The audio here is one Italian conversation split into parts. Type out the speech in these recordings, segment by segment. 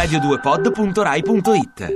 radio2pod.rai.it.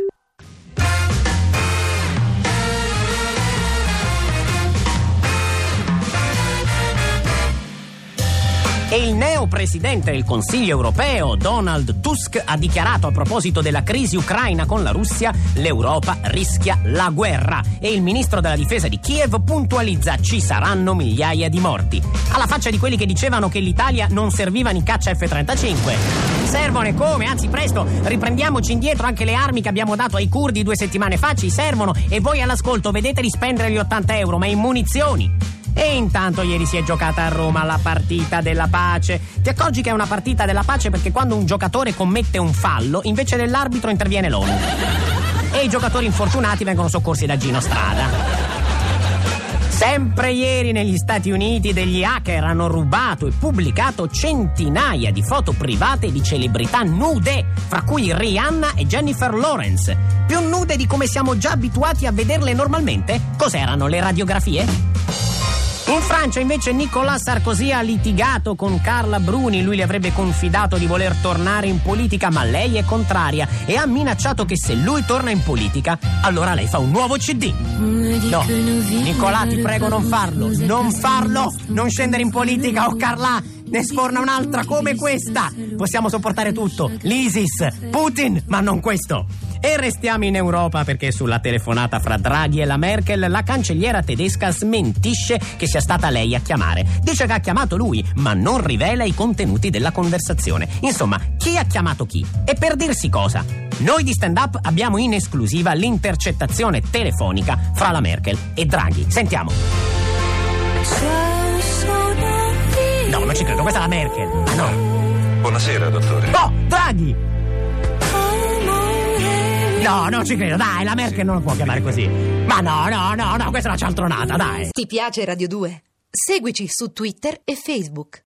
E il neo presidente del Consiglio europeo, Donald Tusk, ha dichiarato a proposito della crisi ucraina con la Russia: l'Europa rischia la guerra. E il ministro della difesa di Kiev puntualizza: ci saranno migliaia di morti. Alla faccia di quelli che dicevano che l'Italia non servivano i caccia F-35. Servono, e come? Anzi, presto, riprendiamoci indietro. Anche le armi che abbiamo dato ai curdi 2 settimane fa ci servono. E voi all'ascolto vedete di spendere gli 80 euro, ma in munizioni. E intanto ieri si è giocata a Roma la partita della pace. Ti accorgi che è una partita della pace perché quando un giocatore commette un fallo, invece dell'arbitro interviene l'ONU. E i giocatori infortunati vengono soccorsi da Gino Strada. Sempre ieri negli Stati Uniti degli hacker hanno rubato e pubblicato centinaia di foto private di celebrità nude, fra cui Rihanna e Jennifer Lawrence. Più nude di come siamo già abituati a vederle normalmente? Cos'erano, le radiografie? In Francia invece Nicolas Sarkozy ha litigato con Carla Bruni. Lui le avrebbe confidato di voler tornare in politica, ma lei è contraria e ha minacciato che se lui torna in politica, allora lei fa un nuovo CD. No, Nicolas, ti prego, non farlo. Non farlo! Non scendere in politica, oh Carla! Ne sforna un'altra come questa! Possiamo sopportare tutto, l'ISIS, Putin, ma non questo! E restiamo in Europa perché sulla telefonata fra Draghi e la Merkel la cancelliera tedesca smentisce che sia stata lei a chiamare. Dice che ha chiamato lui, ma non rivela i contenuti della conversazione. Insomma, chi ha chiamato chi? E per dirsi cosa? Noi di Stand Up abbiamo in esclusiva l'intercettazione telefonica fra la Merkel e Draghi. Sentiamo. No, non ci credo, questa è la Merkel. Ah no. Buonasera, dottore. Oh, Draghi! No, non ci credo, dai, la Merkel non lo può chiamare così. Ma no, questa è una cialtronata, dai. Ti piace Radio 2? Seguici su Twitter e Facebook.